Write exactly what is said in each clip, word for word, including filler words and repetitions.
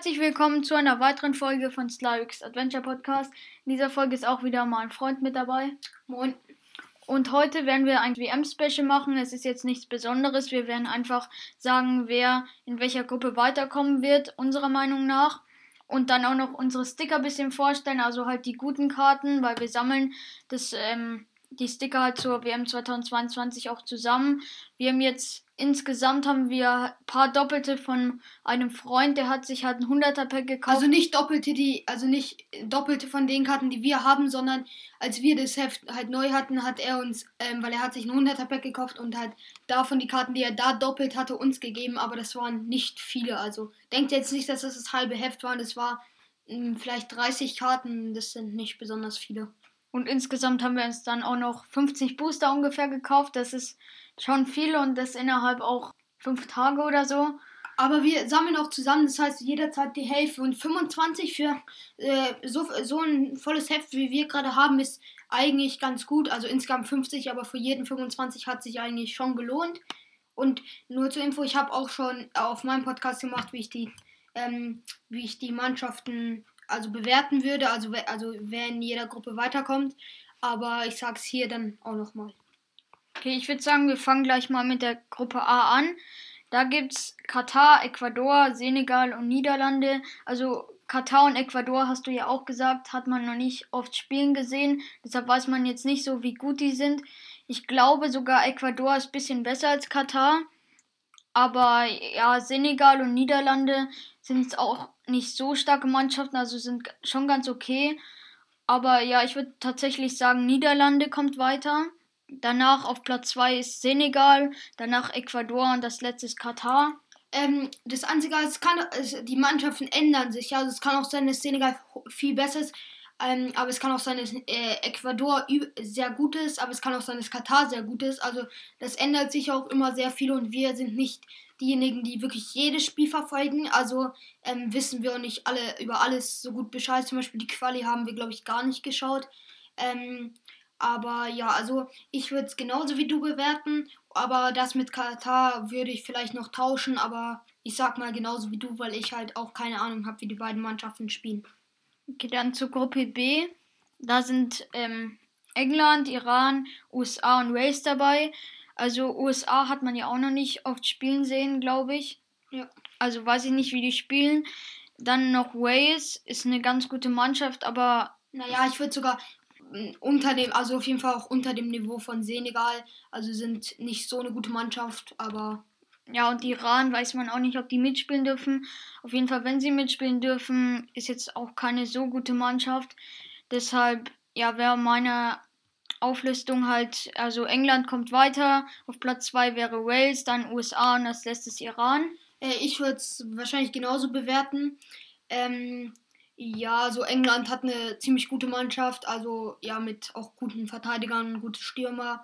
Herzlich willkommen zu einer weiteren Folge von Slavix Adventure Podcast. In dieser Folge ist auch wieder mal ein Freund mit dabei. Moin. Und heute werden wir ein W M-Special machen. Es ist jetzt nichts Besonderes. Wir werden einfach sagen, wer in welcher Gruppe weiterkommen wird, unserer Meinung nach. Und dann auch noch unsere Sticker ein bisschen vorstellen, also halt die guten Karten, weil wir sammeln das, ähm, die Sticker halt zur W M zweitausendzweiundzwanzig auch zusammen. Wir haben jetzt, insgesamt haben wir ein paar Doppelte von einem Freund, der hat sich halt ein hunderter-Pack gekauft. Also nicht doppelte, die, also nicht doppelte von den Karten, die wir haben, sondern als wir das Heft halt neu hatten, hat er uns, ähm, weil er hat sich ein hunderter-Pack gekauft und hat davon die Karten, die er da doppelt hatte, uns gegeben, aber das waren nicht viele. Also denkt jetzt nicht, dass das das halbe Heft war, das war ähm, vielleicht dreißig Karten, das sind nicht besonders viele. Und insgesamt haben wir uns dann auch noch fünfzig Booster ungefähr gekauft. Das ist schon viel und das innerhalb auch fünf Tage oder so. Aber wir sammeln auch zusammen, das heißt jederzeit die Hälfte. Und fünfundzwanzig für äh, so, so ein volles Heft, wie wir gerade haben, ist eigentlich ganz gut. Also insgesamt fünfzig, aber für jeden fünfundzwanzig hat sich eigentlich schon gelohnt. Und nur zur Info, ich habe auch schon auf meinem Podcast gemacht, wie ich die, ähm, wie ich die Mannschaften also bewerten würde, also, also wer in jeder Gruppe weiterkommt. Aber ich sag's hier dann auch nochmal. Okay, ich würde sagen, wir fangen gleich mal mit der Gruppe A an. Da gibt's Katar, Ecuador, Senegal und Niederlande. Also Katar und Ecuador, hast du ja auch gesagt, hat man noch nicht oft spielen gesehen. Deshalb weiß man jetzt nicht so, wie gut die sind. Ich glaube sogar, Ecuador ist ein bisschen besser als Katar. Aber ja, Senegal und Niederlande sind auch nicht so starke Mannschaften, also sind schon ganz okay. Aber ja, ich würde tatsächlich sagen, Niederlande kommt weiter. Danach auf Platz zwei ist Senegal, danach Ecuador und das letzte ist Katar. Ähm, das Einzige, es kann, es, die Mannschaften ändern sich. Also es kann auch sein, dass Senegal viel besser ist. Ähm, aber es kann auch sein, dass äh, Ecuador sehr gut ist, aber es kann auch sein, dass Katar sehr gut ist. Also das ändert sich auch immer sehr viel und wir sind nicht diejenigen, die wirklich jedes Spiel verfolgen. Also ähm, wissen wir auch nicht alle über alles so gut Bescheid. Zum Beispiel die Quali haben wir, glaube ich, gar nicht geschaut. Ähm, aber ja, also ich würde es genauso wie du bewerten, aber das mit Katar würde ich vielleicht noch tauschen, aber ich sag mal genauso wie du, weil ich halt auch keine Ahnung habe, wie die beiden Mannschaften spielen. Okay, dann zur Gruppe B. Da sind ähm, England, Iran, U S A und Wales dabei. Also U S A hat man ja auch noch nicht oft spielen sehen, glaube ich. Ja. Also weiß ich nicht, wie die spielen. Dann noch Wales, ist eine ganz gute Mannschaft, aber... Naja, ich würde sogar unter dem, also auf jeden Fall auch unter dem Niveau von Senegal. Also sind nicht so eine gute Mannschaft, aber... Ja, und Iran weiß man auch nicht, ob die mitspielen dürfen. Auf jeden Fall, wenn sie mitspielen dürfen, ist jetzt auch keine so gute Mannschaft. Deshalb, ja, wäre meine Auflistung halt, also England kommt weiter. Auf Platz zwei wäre Wales, dann U S A und als letztes Iran. Äh, ich würde es wahrscheinlich genauso bewerten. Ähm, ja, so England hat eine ziemlich gute Mannschaft, also ja, mit auch guten Verteidigern, gute Stürmer.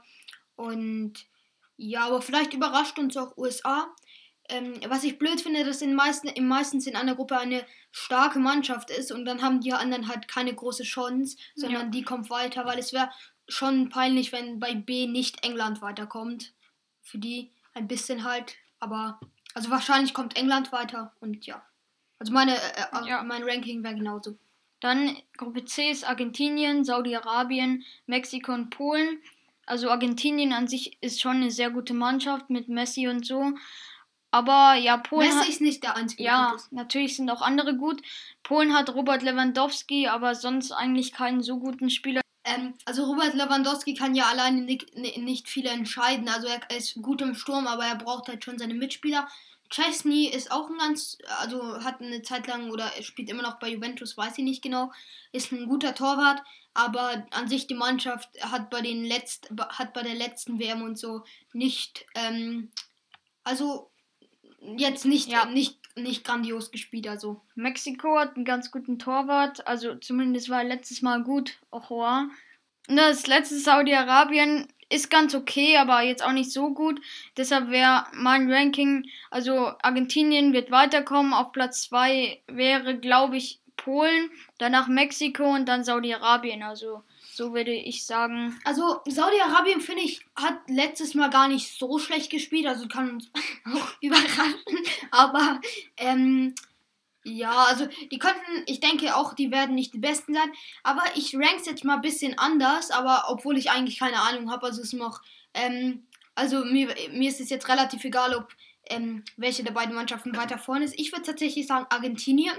Und ja, aber vielleicht überrascht uns auch U S A. Ähm, was ich blöd finde, dass in meisten, in meistens in einer Gruppe eine starke Mannschaft ist und dann haben die anderen halt keine große Chance, sondern ja. Die kommt weiter, weil es wäre schon peinlich, wenn bei B nicht England weiterkommt. Für die ein bisschen halt, aber also wahrscheinlich kommt England weiter und ja. Also meine, äh, ja. mein Ranking wäre genauso. Dann Gruppe C ist Argentinien, Saudi-Arabien, Mexiko und Polen. Also Argentinien an sich ist schon eine sehr gute Mannschaft mit Messi und so. Aber ja, Polen Messi hat, ist nicht der einzige. Ja, natürlich sind auch andere gut. Polen hat Robert Lewandowski, aber sonst eigentlich keinen so guten Spieler. Ähm, also Robert Lewandowski kann ja alleine nicht, nicht viele entscheiden. Also er ist gut im Sturm, aber er braucht halt schon seine Mitspieler. Chesney ist auch ein ganz, also hat eine Zeit lang oder spielt immer noch bei Juventus, weiß ich nicht genau, ist ein guter Torwart, aber an sich die Mannschaft hat bei den letzt, hat bei der letzten W M und so nicht, ähm, also jetzt nicht, ja. nicht, nicht grandios gespielt, also. Mexiko hat einen ganz guten Torwart, also zumindest war er letztes Mal gut, Ochoa. Das letzte Saudi-Arabien ist ganz okay, aber jetzt auch nicht so gut. Deshalb wäre mein Ranking, also Argentinien wird weiterkommen. Auf Platz zwei wäre, glaube ich, Polen, danach Mexiko und dann Saudi-Arabien. Also so würde ich sagen. Also Saudi-Arabien, finde ich, hat letztes Mal gar nicht so schlecht gespielt. Also kann uns auch überraschen. Aber ähm, Ja, also die könnten, ich denke auch, die werden nicht die Besten sein, aber ich rank's jetzt mal ein bisschen anders, aber obwohl ich eigentlich keine Ahnung habe, also es ist noch, ähm, also mir, mir ist es jetzt relativ egal, ob ähm, welche der beiden Mannschaften weiter vorne ist. Ich würde tatsächlich sagen Argentinien,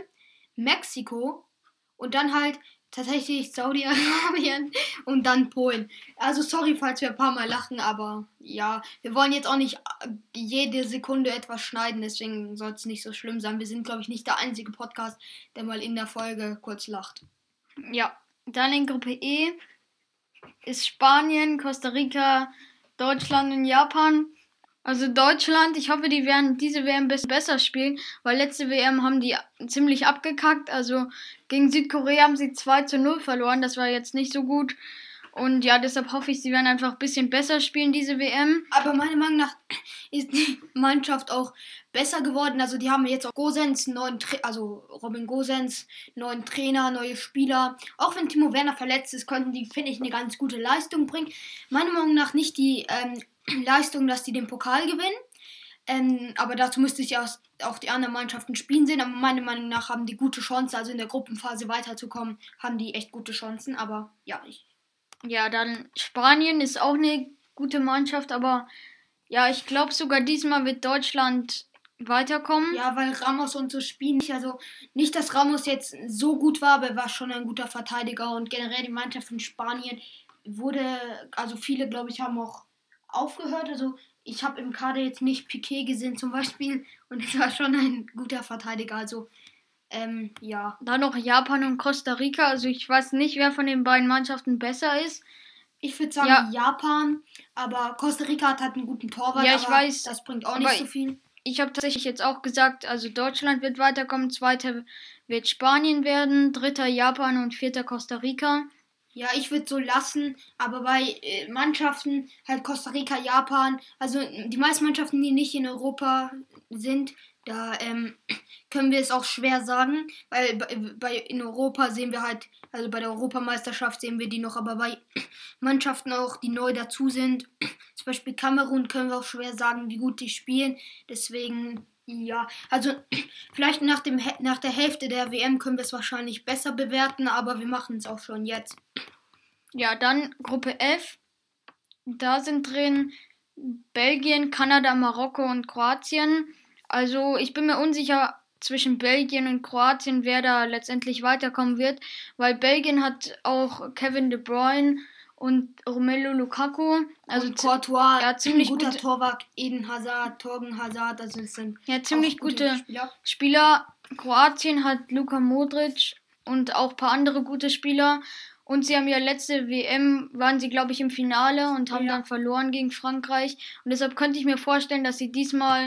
Mexiko und dann halt tatsächlich Saudi-Arabien und dann Polen. Also sorry, falls wir ein paar Mal lachen, aber ja, wir wollen jetzt auch nicht äh, jede Sekunde etwas schneiden, deswegen soll es nicht so schlimm sein. Wir sind, glaube ich, nicht der einzige Podcast, der mal in der Folge kurz lacht. Ja, dann in Gruppe E ist Spanien, Costa Rica, Deutschland und Japan. Also Deutschland, ich hoffe, die werden diese W M besser spielen, weil letzte W M haben die ziemlich abgekackt. Also gegen Südkorea haben sie zwei zu null verloren, das war jetzt nicht so gut. Und ja, deshalb hoffe ich, sie werden einfach ein bisschen besser spielen, diese W M. Aber meiner Meinung nach ist die Mannschaft auch besser geworden. Also die haben jetzt auch Gosens, neuen Tra- also Robin Gosens, neuen Trainer, neue Spieler. Auch wenn Timo Werner verletzt ist, konnten die, finde ich, eine ganz gute Leistung bringen. Meiner Meinung nach nicht die ähm, Leistung, dass die den Pokal gewinnen. Ähm, aber dazu müsste ich auch, auch die anderen Mannschaften spielen sehen. Aber meiner Meinung nach haben die gute Chancen, also in der Gruppenphase weiterzukommen, haben die echt gute Chancen. Aber ja, ich. Ja, dann Spanien ist auch eine gute Mannschaft, aber ja, ich glaube sogar diesmal wird Deutschland weiterkommen. Ja, weil Ramos und so spielen nicht. Also nicht, dass Ramos jetzt so gut war, aber er war schon ein guter Verteidiger. Und generell die Mannschaft von Spanien wurde, also viele, glaube ich, haben auch aufgehört. Also ich habe im Kader jetzt nicht Piqué gesehen zum Beispiel. Und es war schon ein guter Verteidiger. Also ähm, ja. Dann noch Japan und Costa Rica. Also ich weiß nicht, wer von den beiden Mannschaften besser ist. Ich würde sagen Ja. Japan, aber Costa Rica hat halt einen guten Torwart. Ja, ich aber weiß, das bringt auch nicht aber so viel. Ich habe tatsächlich jetzt auch gesagt, also Deutschland wird weiterkommen, zweiter wird Spanien werden, dritter Japan und vierter Costa Rica. Ja, ich würde so lassen, aber bei äh, Mannschaften, halt Costa Rica, Japan, also die meisten Mannschaften, die nicht in Europa sind, da ähm, können wir es auch schwer sagen, weil bei, bei in Europa sehen wir halt, also bei der Europameisterschaft sehen wir die noch, aber bei Mannschaften auch, die neu dazu sind, zum Beispiel Kamerun, können wir auch schwer sagen, wie gut die spielen. Deswegen, ja, also vielleicht nach, dem, nach der Hälfte der W M können wir es wahrscheinlich besser bewerten, aber wir machen es auch schon jetzt. Ja, dann Gruppe F. Da sind drin Belgien, Kanada, Marokko und Kroatien. Also ich bin mir unsicher zwischen Belgien und Kroatien, wer da letztendlich weiterkommen wird, weil Belgien hat auch Kevin De Bruyne und Romelu Lukaku. Also und Courtois, ja, ziemlich guter gute, Torwart, Eden Hazard, Torgen Hazard, also das sind ja, ziemlich gute, gute Spieler. Spieler. Kroatien hat Luka Modric und auch ein paar andere gute Spieler. Und sie haben ja letzte W M, waren sie glaube ich im Finale und haben Ja. dann verloren gegen Frankreich. Und deshalb könnte ich mir vorstellen, dass sie diesmal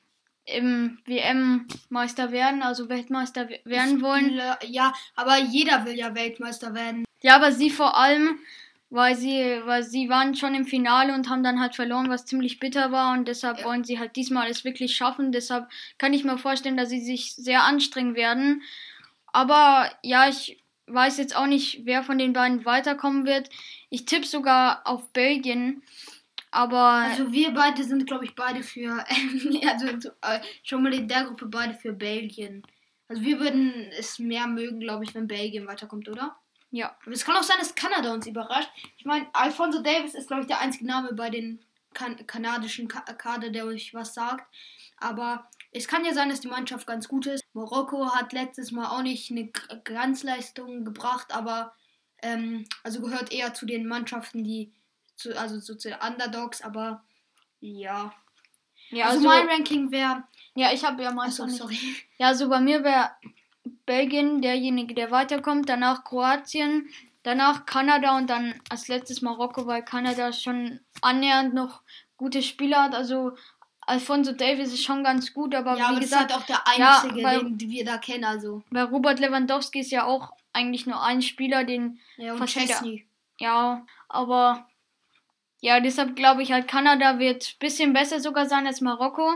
im W M-Meister werden, also Weltmeister werden wollen. Ja, aber jeder will ja Weltmeister werden. Ja, aber sie vor allem, weil sie, weil sie waren schon im Finale und haben dann halt verloren, was ziemlich bitter war. Und deshalb Ja. wollen sie halt diesmal es wirklich schaffen. Deshalb kann ich mir vorstellen, dass sie sich sehr anstrengen werden. Aber ja, ich weiß jetzt auch nicht, wer von den beiden weiterkommen wird. Ich tippe sogar auf Belgien. Aber Also wir beide sind, glaube ich, beide für, also äh, schon mal in der Gruppe beide für Belgien. Also wir würden es mehr mögen, glaube ich, wenn Belgien weiterkommt, oder? ja. Aber es kann auch sein, dass Kanada uns überrascht. Ich meine, Alphonso Davies ist, glaube ich, der einzige Name bei den kan- kanadischen Ka- Kader, der euch was sagt. Aber es kann ja sein, dass die Mannschaft ganz gut ist. Marokko hat letztes Mal auch nicht eine G- Glanzleistung gebracht, aber ähm, also gehört eher zu den Mannschaften, die zu, also so zu den Underdogs, aber ja. Ja, also, also, mein Ranking wäre. ja, ich habe ja mal Achso, sorry. Ja, also bei mir wäre Belgien derjenige, der weiterkommt, danach Kroatien, danach Kanada und dann als letztes Marokko, weil Kanada schon annähernd noch gute Spieler hat. Also Alphonso Davies ist schon ganz gut, aber Ja, wie aber gesagt, das ist halt auch der ja, einzige, weil- den wir da kennen, also. bei Robert Lewandowski ist ja auch eigentlich nur ein Spieler, den Ja, und fast jeder- Chesney. Ja, aber ja, deshalb glaube ich halt, Kanada wird ein bisschen besser sogar sein als Marokko.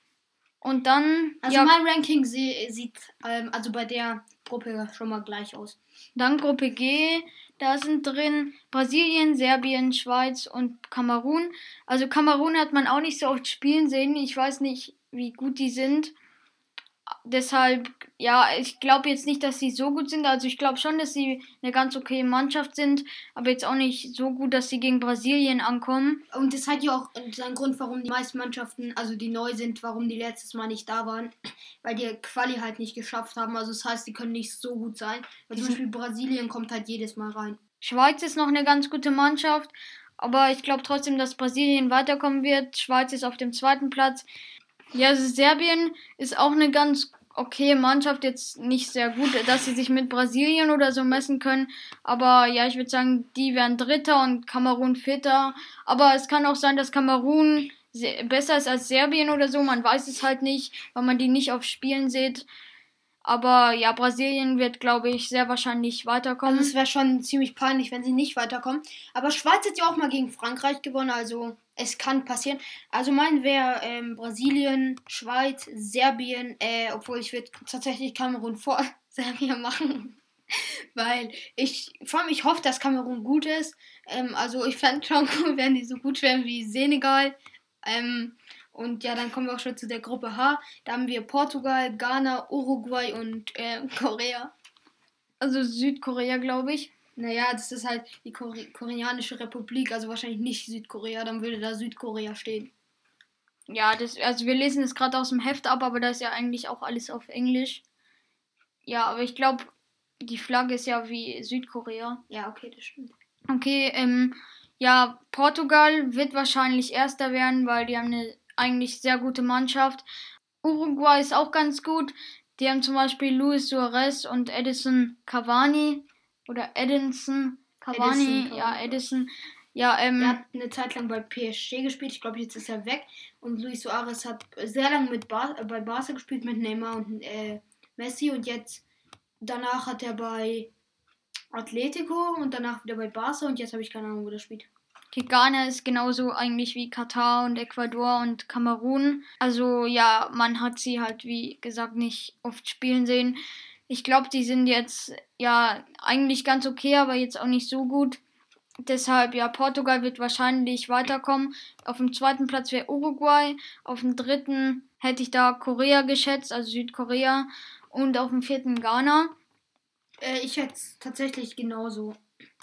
Und dann, Also ja, mein Ranking sie, sieht ähm, also bei der Gruppe schon mal gleich aus. dann Gruppe G, da sind drin Brasilien, Serbien, Schweiz und Kamerun. Also Kamerun hat man auch nicht so oft spielen sehen. Ich weiß nicht, wie gut die sind. Deshalb, ja, ich glaube jetzt nicht, dass sie so gut sind. Also ich glaube schon, dass sie eine ganz okay Mannschaft sind, aber jetzt auch nicht so gut, dass sie gegen Brasilien ankommen. Und das hat ja auch seinen Grund, warum die meisten Mannschaften, also die neu sind, warum die letztes Mal nicht da waren, weil die Quali halt nicht geschafft haben. Also das heißt, die können nicht so gut sein. Weil zum Beispiel Brasilien kommt halt jedes Mal rein. Schweiz ist noch eine ganz gute Mannschaft, aber ich glaube trotzdem, dass Brasilien weiterkommen wird. Schweiz ist auf dem zweiten Platz. Ja, also Serbien ist auch eine ganz okay Mannschaft, jetzt nicht sehr gut, dass sie sich mit Brasilien oder so messen können. Aber ja, ich würde sagen, die wären Dritter und Kamerun Vierter. Aber es kann auch sein, dass Kamerun besser ist als Serbien oder so. Man weiß es halt nicht, weil man die nicht auf Spielen sieht. Aber ja, Brasilien wird, glaube ich, sehr wahrscheinlich weiterkommen. Also es wäre schon ziemlich peinlich, wenn sie nicht weiterkommen. Aber Schweiz hat ja auch mal gegen Frankreich gewonnen, also es kann passieren. Also mein wäre ähm, Brasilien, Schweiz, Serbien, äh, obwohl ich würde tatsächlich Kamerun vor Serbien machen. Weil ich, vor allem ich hoffe, dass Kamerun gut ist. Ähm, also ich fände schon cool, wenn die so gut wären wie Senegal. Ähm, Und ja, dann kommen wir auch schon zu der Gruppe H. Da haben wir Portugal, Ghana, Uruguay und äh, Korea. Also Südkorea, glaube ich. Naja, das ist halt die Kore- Koreanische Republik, also wahrscheinlich nicht Südkorea, dann würde da Südkorea stehen. Ja, das, also wir lesen es gerade aus dem Heft ab, aber da ist ja eigentlich auch alles auf Englisch. Ja, aber ich glaube, die Flagge ist ja wie Südkorea. Ja, okay, das stimmt. Okay, ähm, ja, Portugal wird wahrscheinlich Erster werden, weil die haben eine eigentlich sehr gute Mannschaft. Uruguay ist auch ganz gut. Die haben zum Beispiel Luis Suarez und Edison Cavani. Oder Edinson Cavani. Edison Cavani. Ja, Edison. Ja, ähm. Er hat eine Zeit lang bei P S G gespielt. Ich glaube, jetzt ist er weg. Und Luis Suarez hat sehr lange mit Bar- bei Barca gespielt, mit Neymar und äh, Messi. Und jetzt, danach hat er bei Atletico und danach wieder bei Barca. Und jetzt habe ich keine Ahnung, wo der spielt. Okay, Ghana ist genauso eigentlich wie Katar und Ecuador und Kamerun. Also ja, man hat sie halt, wie gesagt, nicht oft spielen sehen. Ich glaube, die sind jetzt ja eigentlich ganz okay, aber jetzt auch nicht so gut. Deshalb, ja, Portugal wird wahrscheinlich weiterkommen. Auf dem zweiten Platz wäre Uruguay. Auf dem dritten hätte ich da Korea geschätzt, also Südkorea. Und auf dem vierten Ghana. Äh, ich hätte es tatsächlich genauso.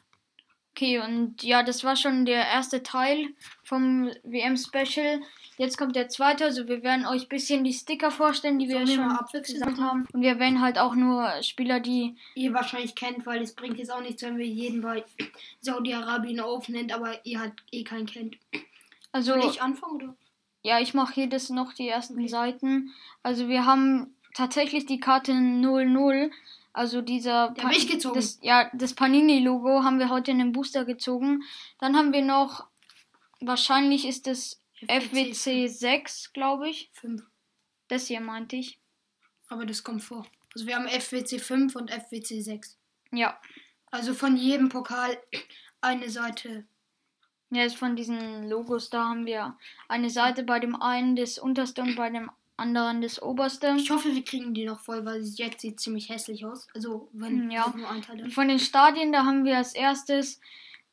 Okay, und ja, das war schon der erste Teil vom W M-Special. Jetzt kommt der zweite, also wir werden euch ein bisschen die Sticker vorstellen, die wir Sollen wir schon mal abwechselnd gesagt machen? haben. Und wir wählen halt auch nur Spieler, die ihr wahrscheinlich kennt, weil es bringt jetzt auch nichts, wenn wir jeden bei Saudi-Arabien aufnennt, aber ihr halt eh keinen kennt. Also, Soll ich anfangen, oder? ja, ich mache hier das noch die ersten Seiten. Also wir haben tatsächlich die Karte null null. Also dieser Der hab ich gezogen. Das, ja, das Panini-Logo haben wir heute in den Booster gezogen. Dann haben wir noch, wahrscheinlich ist das F W C sechs, glaube ich. fünf. Das hier meinte ich. Aber das kommt vor. Also wir haben F W C fünf und F W C sechs. Ja. Also von jedem Pokal eine Seite. Ja, ist von diesen Logos, da haben wir eine Seite bei dem einen das unterste und bei dem anderen das oberste. Ich hoffe, wir kriegen die noch voll, weil jetzt sieht ziemlich hässlich aus. Also wenn Ja. halt nur ein Teil ist. Von den Stadien, da haben wir als erstes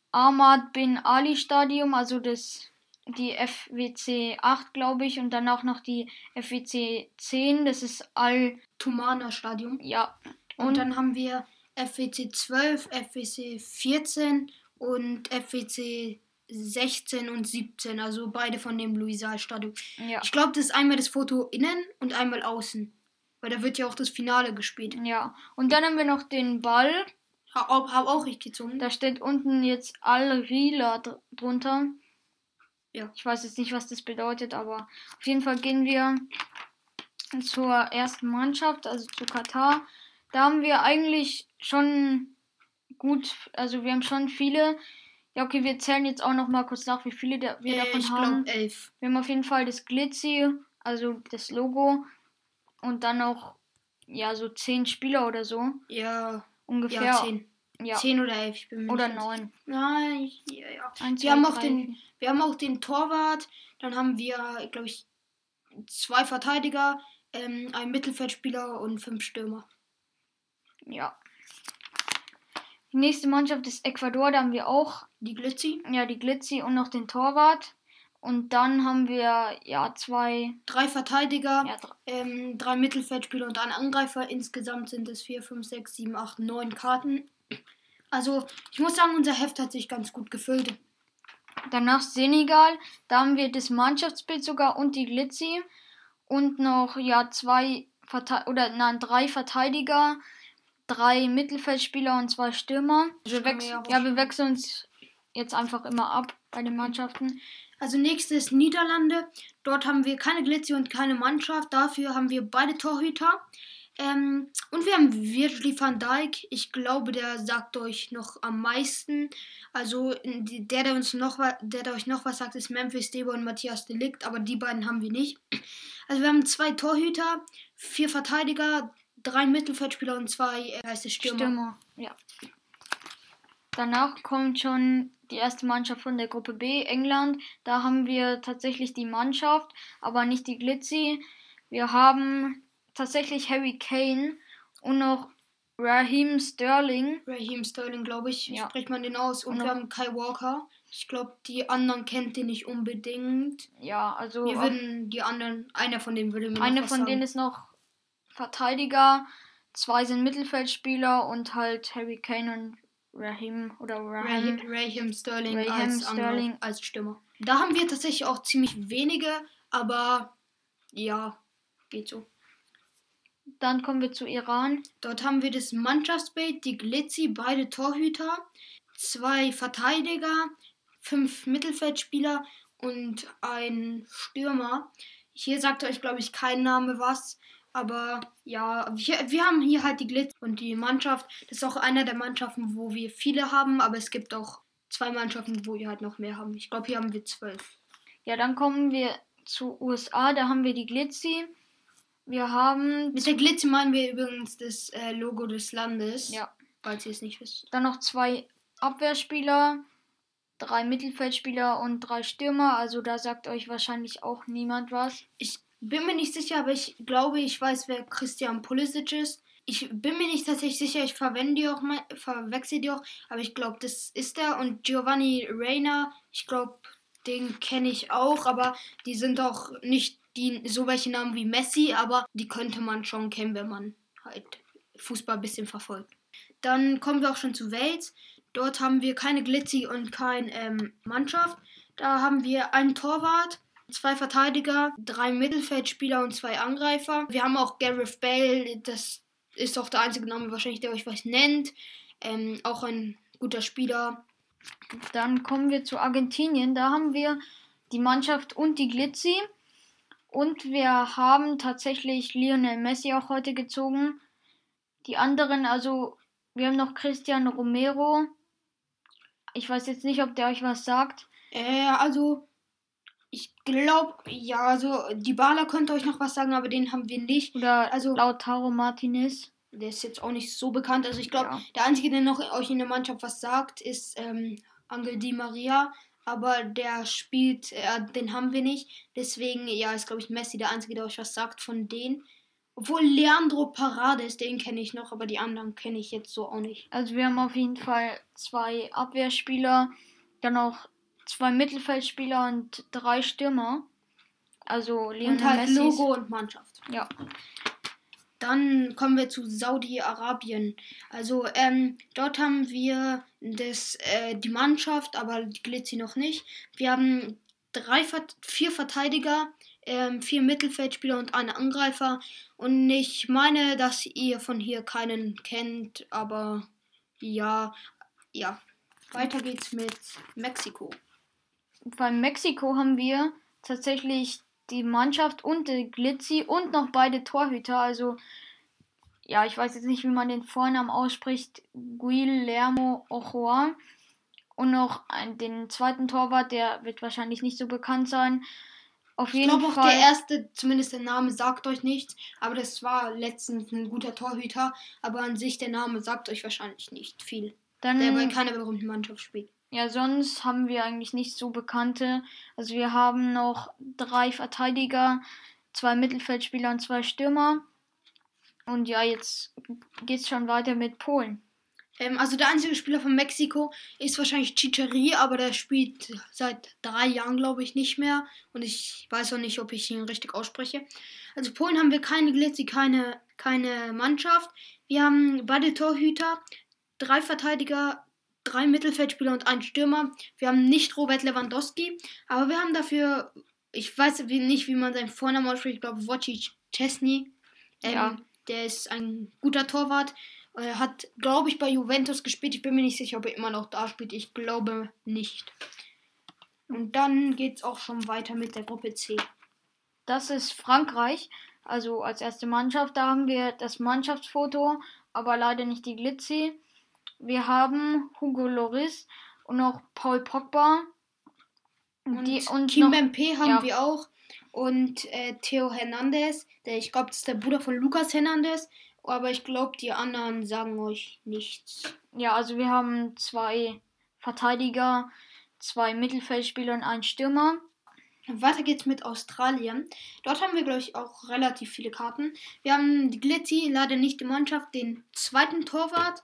Ahmad bin Ali Stadium, also das die F W C acht, glaube ich, und dann auch noch die F W C zehn, das ist Al Tumana Stadium. Ja. Und, und dann haben wir F W C zwölf, F W C vierzehn und F W C sechzehn und siebzehn, also beide von dem Luisal-Stadion. Ja. Ich glaube, das ist einmal das Foto innen und einmal außen. Weil da wird ja auch das Finale gespielt. Ja. Und dann haben wir noch den Ball. Hab, hab auch ich gezogen. Da steht unten jetzt Al-Rila dr- drunter. Ja. Ich weiß jetzt nicht, was das bedeutet, aber auf jeden Fall gehen wir zur ersten Mannschaft, also zu Katar. Da haben wir eigentlich schon gut, also wir haben schon viele. Ja, okay, wir zählen jetzt auch noch mal kurz nach, wie viele da, wir äh, davon ich haben. glaube elf. Wir haben auf jeden Fall das Glitzy, also das Logo und dann noch, ja, so zehn Spieler oder so. Ja, Ungefähr. ja zehn. Ja. zehn oder elf, ich bin mir Oder nicht ganz sicher. neun. Nein, ich, ja, ja. Eins, Wir zwei, haben auch drei, den, vier. wir haben auch den Torwart, dann haben wir, glaube ich, zwei Verteidiger, ähm, einen Mittelfeldspieler und fünf Stürmer. Ja. Die nächste Mannschaft ist Ecuador, da haben wir auch Die Glitzy. ja die Glitzy und noch den Torwart. Und dann haben wir ja zwei. Drei Verteidiger, Ja, drei. ähm, drei Mittelfeldspieler und ein Angreifer. Insgesamt sind es vier, fünf, sechs, sieben, acht, neun Karten. Also, ich muss sagen, unser Heft hat sich ganz gut gefüllt. Danach Senegal, da haben wir das Mannschaftsbild sogar und die Glitzy. Und noch ja zwei Verte- oder nein, drei Verteidiger, drei Mittelfeldspieler und zwei Stürmer. Wir wechseln, ja, ja, wir wechseln uns jetzt einfach immer ab bei den Mannschaften. Also nächstes Niederlande. Dort haben wir keine Glitzy und keine Mannschaft. Dafür haben wir beide Torhüter. Ähm, und wir haben Virgil van Dijk. Ich glaube, der sagt euch noch am meisten. Also der, der uns noch der, der euch noch was sagt, ist Memphis Depay und Matthias de Ligt. Aber die beiden haben wir nicht. Also wir haben zwei Torhüter, vier Verteidiger, drei Mittelfeldspieler und zwei äh, heißt es Stürmer. Stürmer, ja. Danach kommt schon die erste Mannschaft von der Gruppe B, England. Da haben wir tatsächlich die Mannschaft, aber nicht die Glitzy. Wir haben tatsächlich Harry Kane und noch Raheem Sterling. Raheem Sterling, glaube ich, Ja. spricht man den aus. Und, Und wir haben Kai Walker. Ich glaube, die anderen kennt ihr nicht unbedingt. Ja, also Wir würden die anderen, einer von denen würde mir eine noch was von sagen. denen ist noch Verteidiger, zwei sind Mittelfeldspieler und halt Harry Kane und Raheem oder Raheem. Raheem, Raheem Sterling, Raheem als, Sterling. Angriff, als Stürmer. Da haben wir tatsächlich auch ziemlich wenige, aber ja, geht so. Dann kommen wir zu Iran. Dort haben wir das Mannschaftsbild, die Glitzy, beide Torhüter, zwei Verteidiger, fünf Mittelfeldspieler und ein Stürmer. Hier sagt euch, glaube ich, kein Name was. Aber ja, wir, wir haben hier halt die Glitz und die Mannschaft. Das ist auch einer der Mannschaften, wo wir viele haben, aber es gibt auch zwei Mannschaften, wo wir halt noch mehr haben. Ich glaube, hier haben wir zwölf. Ja, dann kommen wir zu U S A, da haben wir die Glitzy. Wir haben... Mit der Glitz meinen wir übrigens das äh, Logo des Landes. Ja. Falls ihr es nicht wisst. Dann noch zwei Abwehrspieler, drei Mittelfeldspieler und drei Stürmer. Also da sagt euch wahrscheinlich auch niemand was. Ich bin mir nicht sicher, aber ich glaube, ich weiß, wer Christian Pulisic ist. Ich bin mir nicht tatsächlich sicher, ich verwende die auch mal, verwechsel die auch, aber ich glaube, das ist er. Und Giovanni Reina, ich glaube, den kenne ich auch, aber die sind auch nicht die so welche Namen wie Messi, aber die könnte man schon kennen, wenn man halt Fußball ein bisschen verfolgt. Dann kommen wir auch schon zu Wales. Dort haben wir keine Glitzy und keine ähm, Mannschaft. Da haben wir einen Torwart, zwei Verteidiger, drei Mittelfeldspieler und zwei Angreifer. Wir haben auch Gareth Bale, das ist auch der einzige Name wahrscheinlich, der euch was nennt. Ähm, auch ein guter Spieler. Dann kommen wir zu Argentinien. Da haben wir die Mannschaft und die Glitzy. Und wir haben tatsächlich Lionel Messi auch heute gezogen. Die anderen, also wir haben noch Cristiano Romero. Ich weiß jetzt nicht, ob der euch was sagt. Äh, also ich glaube, ja, also Dybala könnte euch noch was sagen, aber den haben wir nicht. Oder also Lautaro Martinez. Der ist jetzt auch nicht so bekannt. Also ich glaube, Ja. der einzige, der noch euch in der Mannschaft was sagt, ist ähm, Angel Di Maria. Aber der spielt, äh, den haben wir nicht. Deswegen, ja, ist glaube ich Messi der einzige, der euch was sagt von denen. Obwohl Leandro Paredes, den kenne ich noch, aber die anderen kenne ich jetzt so auch nicht. Also wir haben auf jeden Fall zwei Abwehrspieler, dann noch zwei Mittelfeldspieler und drei Stürmer. Also Lionel Und halt Messi. Logo und Mannschaft. Ja. Dann kommen wir zu Saudi-Arabien. Also ähm, dort haben wir das, äh, die Mannschaft, aber die Glitzy noch nicht. Wir haben drei, vier Verteidiger, ähm, vier Mittelfeldspieler und einen Angreifer. Und ich meine, dass ihr von hier keinen kennt, aber ja, ja. Weiter geht's mit Mexiko. Bei Mexiko haben wir tatsächlich die Mannschaft und die Glitzy und noch beide Torhüter. Also, ja, ich weiß jetzt nicht, wie man den Vornamen ausspricht. Guillermo Ochoa. Und noch ein, den zweiten Torwart, der wird wahrscheinlich nicht so bekannt sein. Auf jeden ich glaube auch Fall. der erste, zumindest der Name sagt euch nichts, aber das war letztens ein guter Torhüter, aber an sich der Name sagt euch wahrscheinlich nicht viel. Dann, der bei keiner berühmten Mannschaft spielt. Ja, sonst haben wir eigentlich nicht so bekannte. Also wir haben noch drei Verteidiger, zwei Mittelfeldspieler und zwei Stürmer. Und ja, jetzt geht's schon weiter mit Polen. Ähm, also der einzige Spieler von Mexiko ist wahrscheinlich Chicheri, aber der spielt seit drei Jahren, glaube ich, nicht mehr. Und ich weiß auch nicht, ob ich ihn richtig ausspreche. Also Polen haben wir keine Glitzy, keine, keine Mannschaft. Wir haben beide Torhüter, drei Verteidiger, drei Mittelfeldspieler und einen Stürmer. Wir haben nicht Robert Lewandowski, aber wir haben dafür, ich weiß nicht, wie man seinen Vornamen ausspricht, ich glaube Wojciech Szczesny. Ähm, Ja. Der ist ein guter Torwart. Er hat, glaube ich, bei Juventus gespielt. Ich bin mir nicht sicher, ob er immer noch da spielt. Ich glaube nicht. Und dann geht es auch schon weiter mit der Gruppe C. Das ist Frankreich, also als erste Mannschaft. Da haben wir das Mannschaftsfoto, aber leider nicht die Glitzy. Wir haben Hugo Lloris und noch Paul Pogba. Und, die, und Kimpembe haben ja. wir auch. Und äh, Theo Hernandez. Der, ich glaube, das ist der Bruder von Lucas Hernandez. Aber ich glaube, die anderen sagen euch nichts. Ja, also wir haben zwei Verteidiger, zwei Mittelfeldspieler und einen Stürmer. Weiter geht's mit Australien. Dort haben wir, glaube ich, auch relativ viele Karten. Wir haben die Glitzy, leider nicht die Mannschaft, den zweiten Torwart,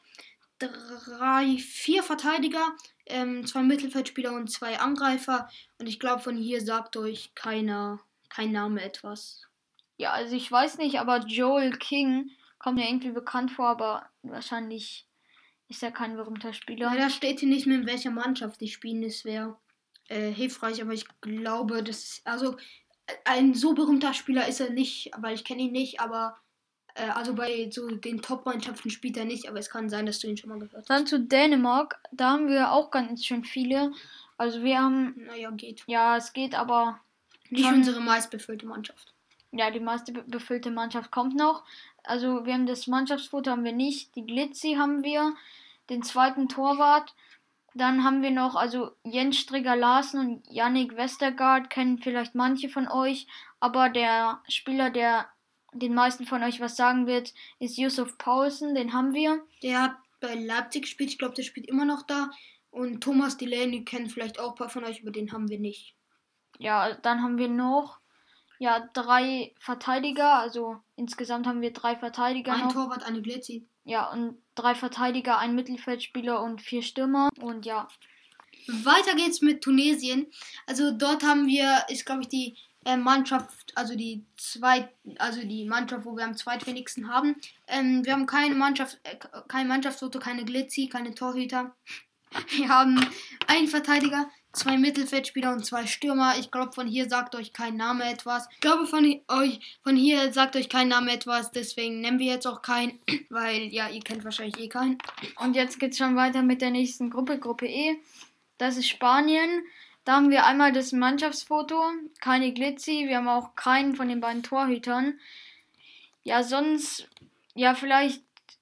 drei, vier Verteidiger, ähm, zwei Mittelfeldspieler und zwei Angreifer. Und ich glaube, von hier sagt euch keiner, kein Name etwas. Ja, also ich weiß nicht, aber Joel King kommt mir irgendwie bekannt vor, aber wahrscheinlich ist er kein berühmter Spieler. Ja, da steht hier nicht mehr, in welcher Mannschaft die spielen. Das wäre äh, hilfreich, aber ich glaube, das ist, also ein so berühmter Spieler ist er nicht, weil ich kenne ihn nicht, aber äh, also bei so den Top-Mannschaften spielt er nicht, aber es kann sein, dass du ihn schon mal gehört hast. Dann zu Dänemark, da haben wir auch ganz schön viele. Also wir haben, Naja, geht. ja, es geht, aber Nicht schon- unsere meistbefüllte Mannschaft. ja, die meiste be- befüllte Mannschaft kommt noch. Also wir haben das Mannschaftsfoto haben wir nicht, die Glitzy haben wir, den zweiten Torwart. Dann haben wir noch, also Jens Strigger Larsen und Yannick Westergaard kennen vielleicht manche von euch, aber der Spieler, der den meisten von euch was sagen wird, ist Yusuf Poulsen, den haben wir. Der hat bei Leipzig gespielt, ich glaube, der spielt immer noch da. Und Thomas Delaney kennen vielleicht auch ein paar von euch, aber den haben wir nicht. Ja, dann haben wir noch ja, drei Verteidiger, also insgesamt haben wir drei Verteidiger Ein noch. Torwart, eine Glitzy. Ja, und drei Verteidiger, ein Mittelfeldspieler und vier Stürmer. Und ja, Weiter geht's mit Tunesien. Also dort haben wir, ist glaube ich die äh, Mannschaft, also die zweit, also die Mannschaft, wo wir am zweitwenigsten haben. Ähm, wir haben keine Mannschaft, äh, kein Mannschaftsfoto, keine Glitzy, keine Torhüter. Wir haben einen Verteidiger, zwei Mittelfeldspieler und zwei Stürmer. Ich glaube, von hier sagt euch kein Name etwas. Ich glaube, von hi- euch, von hier sagt euch kein Name etwas. Deswegen nennen wir jetzt auch keinen, weil ja, ihr kennt wahrscheinlich eh keinen. und jetzt geht's schon weiter mit der nächsten Gruppe, Gruppe E. Das ist Spanien. Da haben wir einmal das Mannschaftsfoto, keine Glitzy, wir haben auch keinen von den beiden Torhütern. Ja, sonst, ja, vielleicht,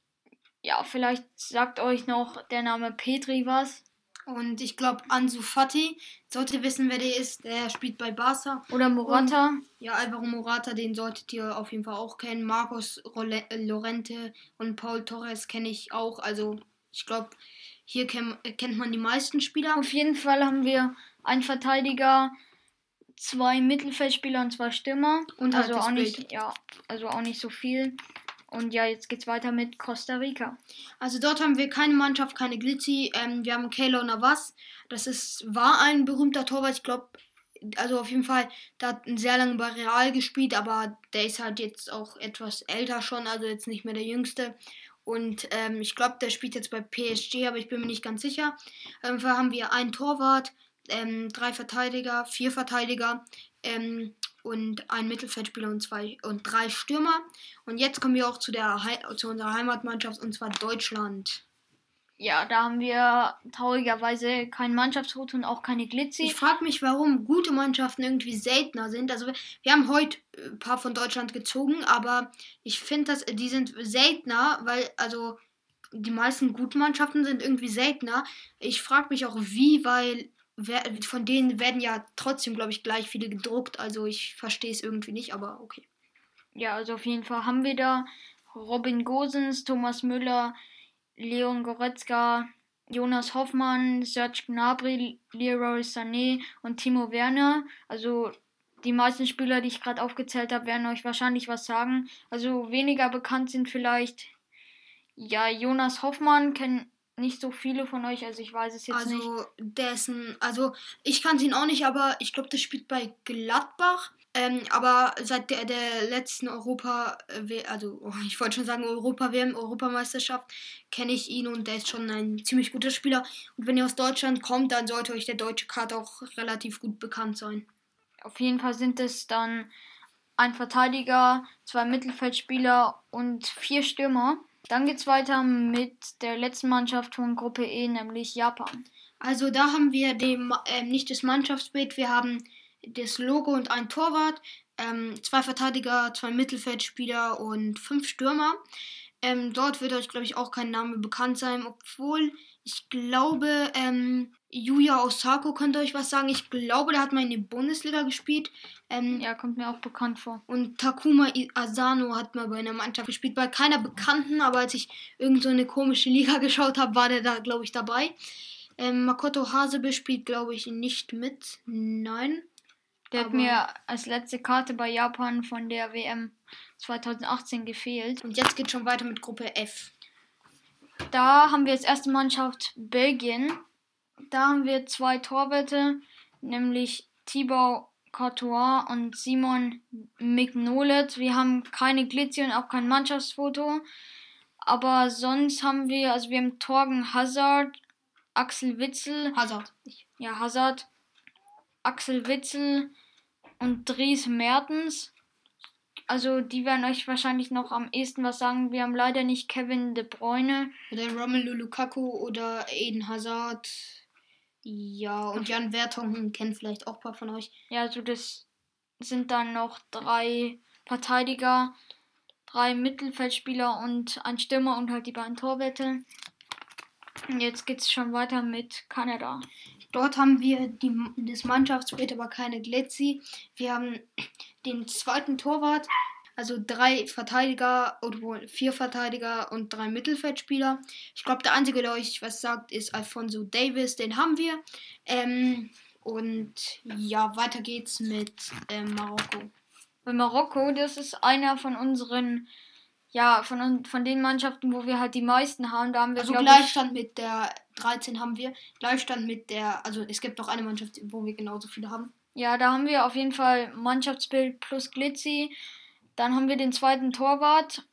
ja, vielleicht sagt euch noch der Name Petri was. Und ich glaube, Ansu Fati, sollte wissen, wer der ist. Der spielt bei Barca. Oder Morata. Ja, Alvaro Morata, den solltet ihr auf jeden Fall auch kennen. Marcos Role- äh, Llorente und Paul Torres kenne ich auch. Also, ich glaube, hier kenn, äh, kennt man die meisten Spieler. Auf jeden Fall haben wir einen Verteidiger, zwei Mittelfeldspieler und zwei Stürmer. Und halt also das auch Bild. nicht, ja, also auch nicht so viel. Und ja, jetzt geht's weiter mit Costa Rica. Also dort haben wir keine Mannschaft, keine Glitzy. Ähm, wir haben Keylor Navas. Das ist, war ein berühmter Torwart. Ich glaube, also auf jeden Fall, der hat sehr lange bei Real gespielt, aber der ist halt jetzt auch etwas älter schon, also jetzt nicht mehr der Jüngste. Und ähm, ich glaube, der spielt jetzt bei P S G, aber ich bin mir nicht ganz sicher. Auf jeden Fall haben wir einen Torwart, ähm, drei Verteidiger, vier Verteidiger ähm, und einen Mittelfeldspieler und zwei und drei Stürmer. Und jetzt kommen wir auch zu der Hei- zu unserer Heimatmannschaft, und zwar Deutschland. Ja, da haben wir traurigerweise kein Mannschaftsfoto und auch keine Glitzy. Ich frage mich, warum gute Mannschaften irgendwie seltener sind. Also wir, wir haben heute äh, ein paar von Deutschland gezogen, aber ich finde, dass äh, die sind seltener, weil also die meisten guten Mannschaften sind irgendwie seltener. Ich frage mich auch wie, weil wer, von denen werden ja trotzdem, glaube ich, gleich viele gedruckt. Also ich verstehe es irgendwie nicht, aber okay. Ja, also auf jeden Fall haben wir da Robin Gosens, Thomas Müller, Leon Goretzka, Jonas Hoffmann, Serge Gnabry, Leroy Sané und Timo Werner. Also die meisten Spieler, die ich gerade aufgezählt habe, werden euch wahrscheinlich was sagen. Also weniger bekannt sind vielleicht ja Jonas Hoffmann, kenn, nicht so viele von euch, also ich weiß es jetzt also, nicht. Also, dessen, also ich kannte ihn auch nicht, aber ich glaube, der spielt bei Gladbach. Ähm, aber seit der, der letzten Europa, äh, also oh, ich wollte schon sagen Europa-W M, Europameisterschaft, kenne ich ihn und der ist schon ein ziemlich guter Spieler. Und wenn ihr aus Deutschland kommt, dann sollte euch der deutsche Kader auch relativ gut bekannt sein. Auf jeden Fall sind es dann ein Verteidiger, zwei Mittelfeldspieler und vier Stürmer. Dann geht's weiter mit der letzten Mannschaft von Gruppe E, nämlich Japan. Also da haben wir dem, ähm, nicht das Mannschaftsbild, wir haben das Logo und ein Torwart, ähm, zwei Verteidiger, zwei Mittelfeldspieler und fünf Stürmer. Ähm, dort wird euch, glaube ich, auch kein Name bekannt sein, obwohl ich glaube, ähm, Yuya Osako könnte euch was sagen. Ich glaube, der hat mal in der Bundesliga gespielt. Ähm, ja, kommt mir auch bekannt vor. Und Takuma Asano hat mal bei einer Mannschaft gespielt, bei keiner Bekannten, aber als ich irgend so eine komische Liga geschaut habe, war der da, glaube ich, dabei. Ähm, Makoto Hasebe spielt, glaube ich, nicht mit. Nein. Der hat mir als letzte Karte bei Japan von der W M zwanzig achtzehn gefehlt. Und jetzt geht schon weiter mit Gruppe F. Da haben wir als erste Mannschaft Belgien. Da haben wir zwei Torwärter, nämlich Thibaut Courtois und Simon Mignolet. Wir haben keine Glitzy und auch kein Mannschaftsfoto. Aber sonst haben wir, also wir haben Torgen Hazard, Axel Witsel. Hazard. Ja, Hazard. Axel Witsel und Dries Mertens. Also die werden euch wahrscheinlich noch am ehesten was sagen. Wir haben leider nicht Kevin De Bruyne. Oder Romelu Lukaku oder Eden Hazard. Ja, und Jan Vertonghen kennt vielleicht auch ein paar von euch. Ja, also das sind dann noch drei Verteidiger, drei Mittelfeldspieler und ein Stürmer und halt die beiden Torwärter. Jetzt geht's schon weiter mit Kanada. Dort haben wir die, das Mannschaftsbild, aber keine Glitzy. Wir haben den zweiten Torwart, also drei Verteidiger, oder vier Verteidiger und drei Mittelfeldspieler. Ich glaube, der einzige, der euch was sagt, ist Alphonso Davies. Den haben wir. Ähm, und ja, weiter geht's mit ähm, Marokko. Bei Marokko, das ist einer von unseren, ja, von, von den Mannschaften, wo wir halt die meisten haben. Da haben wir, also glaub Gleichstand ich, mit der dreizehn haben wir. Gleichstand mit der, also es gibt noch eine Mannschaft, wo wir genauso viele haben. Ja, da haben wir auf jeden Fall Mannschaftsbild plus Glitzy. Dann haben wir den zweiten Torwart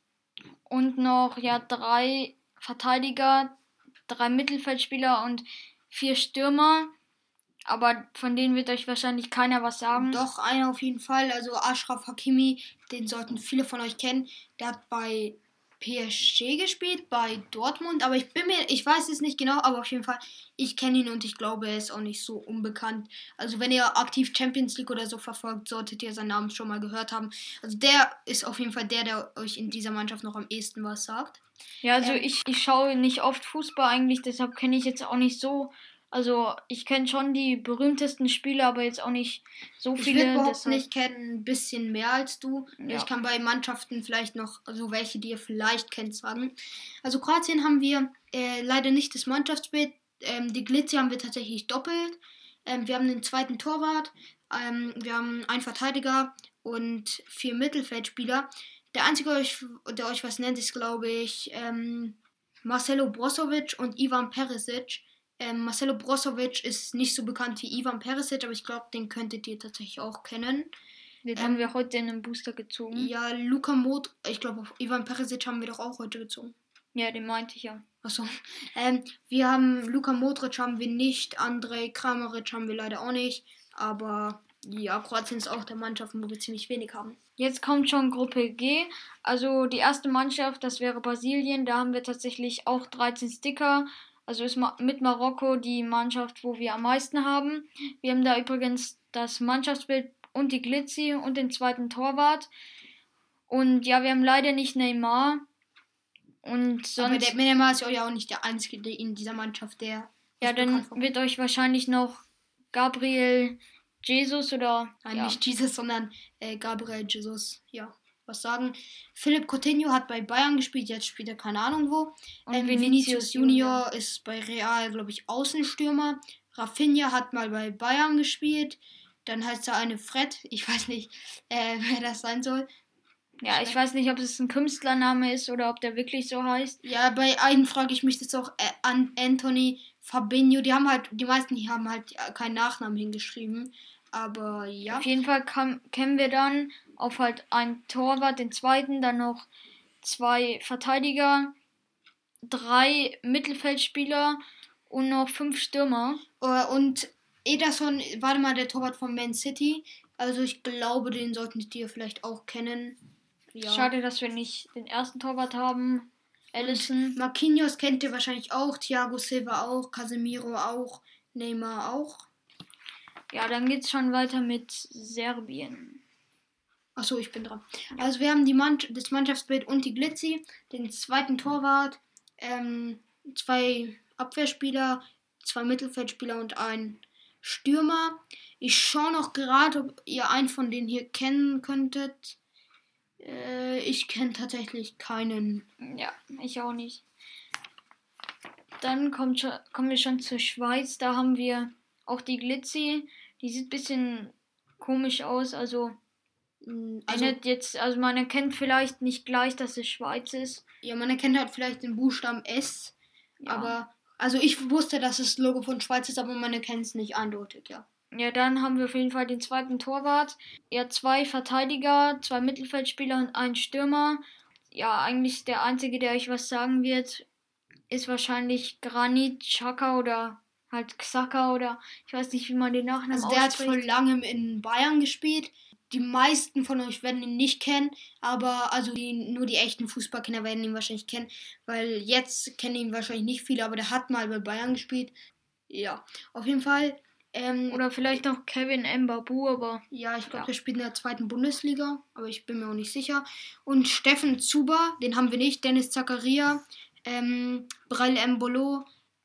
und noch ja drei Verteidiger, drei Mittelfeldspieler und vier Stürmer. Aber von denen wird euch wahrscheinlich keiner was sagen. Doch, einer auf jeden Fall. Also Achraf Hakimi, den sollten viele von euch kennen. Der hat bei P S G gespielt, bei Dortmund. Aber ich bin mir, ich weiß es nicht genau, aber auf jeden Fall, ich kenne ihn und ich glaube, er ist auch nicht so unbekannt. Also wenn ihr aktiv Champions League oder so verfolgt, solltet ihr seinen Namen schon mal gehört haben. Also der ist auf jeden Fall der, der euch in dieser Mannschaft noch am ehesten was sagt. Ja, also ähm, ich, ich schaue nicht oft Fußball eigentlich, deshalb kenne ich jetzt auch nicht so. Also ich kenne schon die berühmtesten Spieler, aber jetzt auch nicht so viele. Ich würde überhaupt deshalb nicht kennen, ein bisschen mehr als du. Ja. Ich kann bei Mannschaften vielleicht noch, also welche, die ihr vielleicht kennt, sagen. Also Kroatien haben wir äh, leider nicht das Mannschaftsbild. Ähm, die Glitzy haben wir tatsächlich doppelt. Ähm, wir haben den zweiten Torwart, ähm, wir haben einen Verteidiger und vier Mittelfeldspieler. Der einzige, der euch was nennt, ist, glaube ich, ähm, Marcelo Brozovic und Ivan Perisic. Ähm, Marcelo Brozovic ist nicht so bekannt wie Ivan Perisic, aber ich glaube, den könntet ihr tatsächlich auch kennen. Den ähm, haben wir heute in einen Booster gezogen. Ja, Luka Modric, ich glaube, Ivan Perisic haben wir doch auch heute gezogen. Ja, den meinte ich ja. Achso. Ähm, wir haben Luka Modric haben wir nicht, Andrej Kramaric haben wir leider auch nicht, aber ja, Kroatien ist auch der Mannschaft, wo wir ziemlich wenig haben. Jetzt kommt schon Gruppe G, also die erste Mannschaft, das wäre Brasilien, da haben wir tatsächlich auch dreizehn Sticker. Also ist mit Marokko die Mannschaft, wo wir am meisten haben. Wir haben da übrigens das Mannschaftsbild und die Glitzy und den zweiten Torwart. Und ja, wir haben leider nicht Neymar. Und sonst, aber der Neymar ist ja auch nicht der Einzige in dieser Mannschaft, der... Ja, dann wird euch wahrscheinlich noch Gabriel Jesus oder... Nein, ja. nicht Jesus, sondern äh, Gabriel Jesus, ja. Was sagen. Philipp Coutinho hat bei Bayern gespielt, jetzt spielt er keine Ahnung wo. Und ähm, Vinicius, Vinicius Junior, Junior ist bei Real, glaube ich, Außenstürmer. Rafinha hat mal bei Bayern gespielt. Dann heißt er eine Fred, ich weiß nicht, äh, wer das sein soll. Ja, ich weiß nicht, ob es ein Künstlername ist oder ob der wirklich so heißt. Ja, bei einem frage ich mich jetzt auch äh, an Anthony Fabinho. Die haben halt, die meisten die haben halt äh, keinen Nachnamen hingeschrieben. Aber ja. Auf jeden Fall kam, kämen wir dann auf halt einen Torwart, den zweiten, dann noch zwei Verteidiger, drei Mittelfeldspieler und noch fünf Stürmer. Äh, und Ederson war mal der Torwart von Man City. Also ich glaube, den sollten die vielleicht auch kennen. Ja. Schade, dass wir nicht den ersten Torwart haben. Alisson. Marquinhos kennt ihr wahrscheinlich auch, Thiago Silva auch, Casemiro auch, Neymar auch. Ja, dann geht's schon weiter mit Serbien. Achso, ich bin dran. Also wir haben die Mann- das Mannschaftsbild und die Glitzy, den zweiten Torwart, ähm, zwei Abwehrspieler, zwei Mittelfeldspieler und ein Stürmer. Ich schaue noch gerade, ob ihr einen von denen hier kennen könntet. Äh, ich kenne tatsächlich keinen. Ja, ich auch nicht. Dann kommt schon, kommen wir schon zur Schweiz. Da haben wir auch die Glitzy. Die sieht ein bisschen komisch aus. Also, also jetzt, also man erkennt vielleicht nicht gleich, dass es Schweiz ist. Ja, man erkennt halt vielleicht den Buchstaben S. Ja. Aber, also ich wusste, dass es das Logo von Schweiz ist, aber man erkennt es nicht eindeutig, ja. Ja, dann haben wir auf jeden Fall den zweiten Torwart. Ja, zwei Verteidiger, zwei Mittelfeldspieler und ein Stürmer. Ja, eigentlich der einzige, der euch was sagen wird, ist wahrscheinlich Granit Xhaka oder halt Xhaka oder ich weiß nicht, wie man den Nachnamen ausspricht. Also der ausspricht. Hat vor langem in Bayern gespielt. Die meisten von euch werden ihn nicht kennen, aber also die, nur die echten Fußballkenner werden ihn wahrscheinlich kennen, weil jetzt kennen ihn wahrscheinlich nicht viele, aber der hat mal bei Bayern gespielt. Ja, auf jeden Fall. Ähm, Oder vielleicht noch Kevin Mbabu, aber... Ja, ich glaube, ja. Der spielt in der zweiten Bundesliga, aber ich bin mir auch nicht sicher. Und Steffen Zuber, den haben wir nicht. Dennis Zakaria, ähm, Brel Embolo